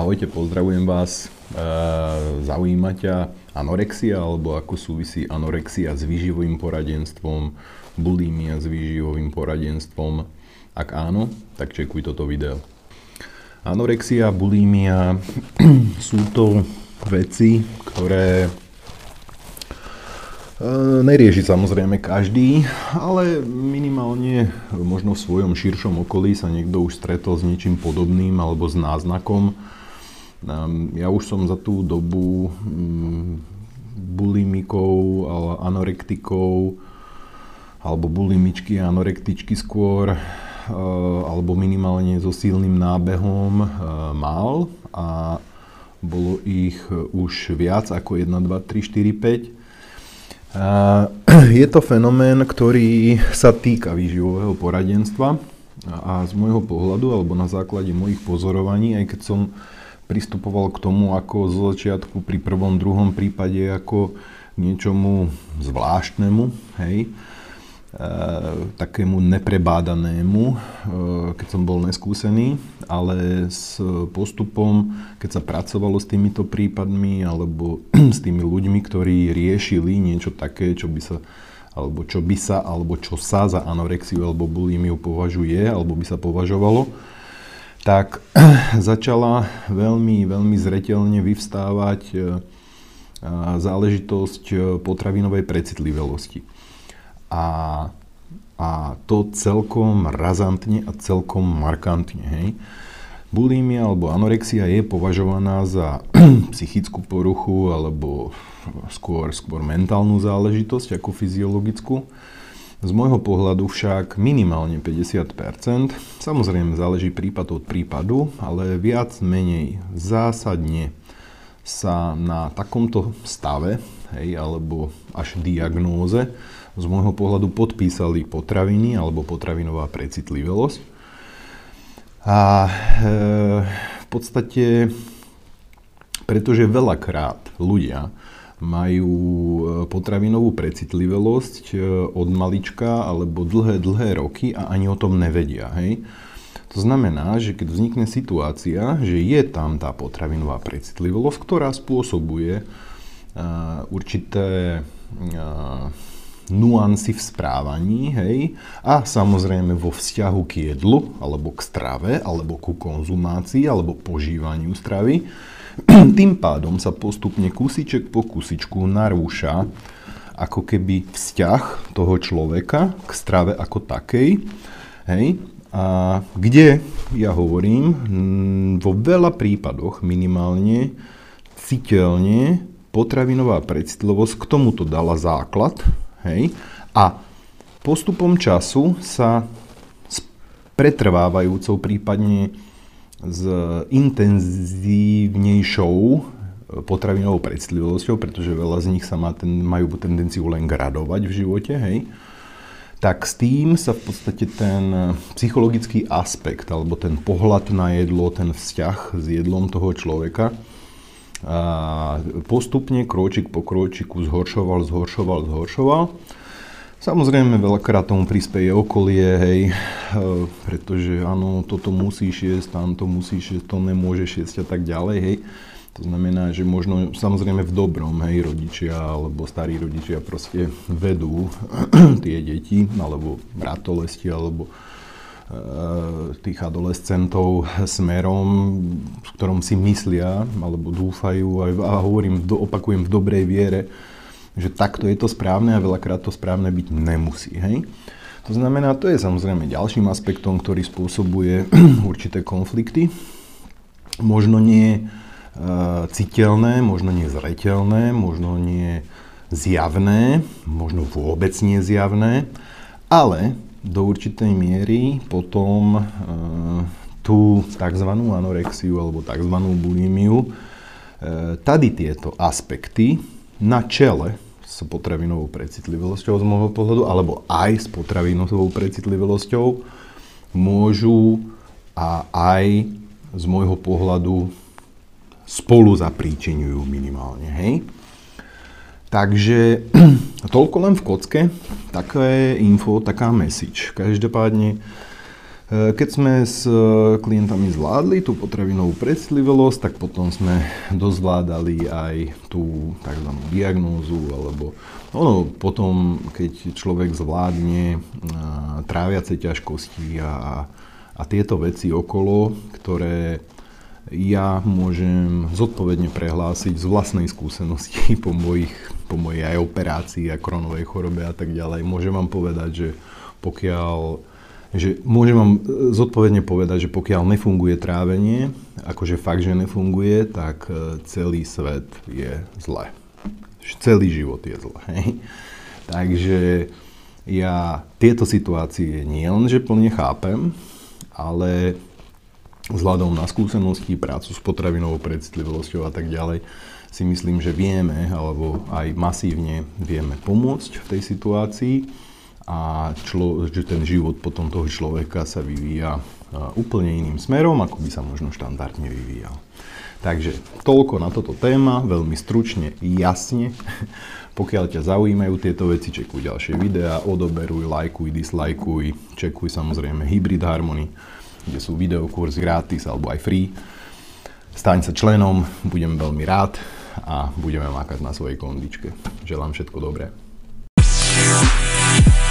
Ahojte, pozdravujem vás. Zaujíma ťa anorexia, alebo ako súvisí anorexia s výživovým poradenstvom, bulimia s výživovým poradenstvom? Ak áno, tak čekuj toto video. Anorexia, bulimia sú to veci, ktoré nerieši samozrejme každý, ale minimálne možno v svojom širšom okolí sa niekto už stretol s niečím podobným alebo s náznakom. Ja už som za tú dobu bulimikou, anorektikou alebo bulimičky a anorektičky skôr, alebo minimálne so silným nábehom mal a bolo ich už viac ako 1, 2, 3, 4, 5. Je to fenomén, ktorý sa týka výživového poradenstva a z môjho pohľadu, alebo na základe mojich pozorovaní, aj keď som pristupoval k tomu ako zo začiatku pri prvom, druhom prípade ako niečomu zvláštnemu, hej, takému neprebádanému, keď som bol neskúsený, ale s postupom, keď sa pracovalo s týmito prípadmi alebo s tými ľuďmi, ktorí riešili niečo také, čo sa za anorexiu alebo bulimiu považuje alebo by sa považovalo, tak začala veľmi, veľmi zreteľne vyvstávať záležitosť potravinovej precitlivelosti. A to celkom razantne a celkom markantne. Hej. Bulimia alebo anorexia je považovaná za psychickú poruchu alebo skôr mentálnu záležitosť ako fyziologickú. Z môjho pohľadu však minimálne 50%. Samozrejme záleží prípad od prípadu, ale viac menej zásadne sa na takomto stave, hej, alebo až diagnóze z môjho pohľadu podpísali potraviny alebo potravinová precitlivosť. A v podstate, pretože veľakrát ľudia majú potravinovú precitlivosť od malička alebo dlhé roky a ani o tom nevedia. Hej. To znamená, že keď vznikne situácia, že je tam tá potravinová precitlivosť, ktorá spôsobuje určité nuancy v správaní, hej, a samozrejme vo vzťahu k jedlu, alebo k strave, alebo ku konzumácii, alebo požívaniu stravy. Tým pádom sa postupne kúsiček po kúsičku narúša ako keby vzťah toho človeka k strave ako takej, hej, a kde, ja hovorím, vo veľa prípadoch minimálne citeľne potravinová precitlivosť k tomuto dala základ. Hej. A postupom času sa s pretrvávajúcou, prípadne s intenzívnejšou potravinovou precitlivosťou, pretože veľa z nich majú tendenciu len gradovať v živote, hej, tak s tým sa v podstate ten psychologický aspekt, alebo ten pohľad na jedlo, ten vzťah s jedlom toho človeka a postupne, króčik po króčiku zhoršoval. Samozrejme, veľakrát tomu prispieje okolie, hej, pretože áno, toto musíš jesť, tamto musíš jesť, to nemôžeš jesť a tak ďalej, hej. To znamená, že možno, samozrejme v dobrom, hej, rodičia alebo starí rodičia proste vedú tie deti, alebo bratolesti, alebo tých adolescentov smerom, v ktorom si myslia alebo dúfajú a opakujem v dobrej viere, že takto je to správne a veľakrát to správne byť nemusí. Hej? To znamená, to je samozrejme ďalším aspektom, ktorý spôsobuje určité konflikty. Možno nie citeľné, možno nie zreteľné, možno nie zjavné, možno vôbec nie zjavné, ale do určitej miery potom tú tzv. Anorexiu alebo tzv. Bulimiu, tady tieto aspekty na čele s potravinovou precitlivosťou z môjho pohľadu, alebo aj s potravinovou precitlivosťou môžu a aj z môjho pohľadu spolu zapríčiňujú minimálne, hej. Takže toľko len v kocke, také info, taká message. Každopádne Keď sme s klientami zvládli tú potravinovú predstihlivosť, tak potom sme dozvládali aj tú tzv. Diagnózu, alebo potom, keď človek zvládne tráviace ťažkosti a tieto veci okolo, ktoré ja môžem zodpovedne prehlásiť z vlastnej skúsenosti po mojej aj operácii a kronovej chorobe a tak ďalej. Môžem vám povedať, môžem vám zodpovedne povedať, že pokiaľ nefunguje trávenie, akože fakt, že nefunguje, tak celý svet je zle. Celý život je zle. Hej? Takže ja tieto situácie nie len, že plne chápem, ale vzhľadom na skúsenosti, prácu s potravinovou predcitlivosťou a tak ďalej, si myslím, že vieme, alebo aj masívne vieme pomôcť v tej situácii a že ten život potom toho človeka sa vyvíja úplne iným smerom, ako by sa možno štandardne vyvíjal. Takže toľko na toto téma, veľmi stručne, jasne. Pokiaľ ťa zaujímajú tieto veci, čekuj ďalšie videá, odoberuj, lajkuj, dislajkuj, čekuj samozrejme Hybrid Harmony, kde sú videokurs gratis alebo aj free. Staň sa členom, budem veľmi rád a budeme makať na svojej kondičke. Želám všetko dobré.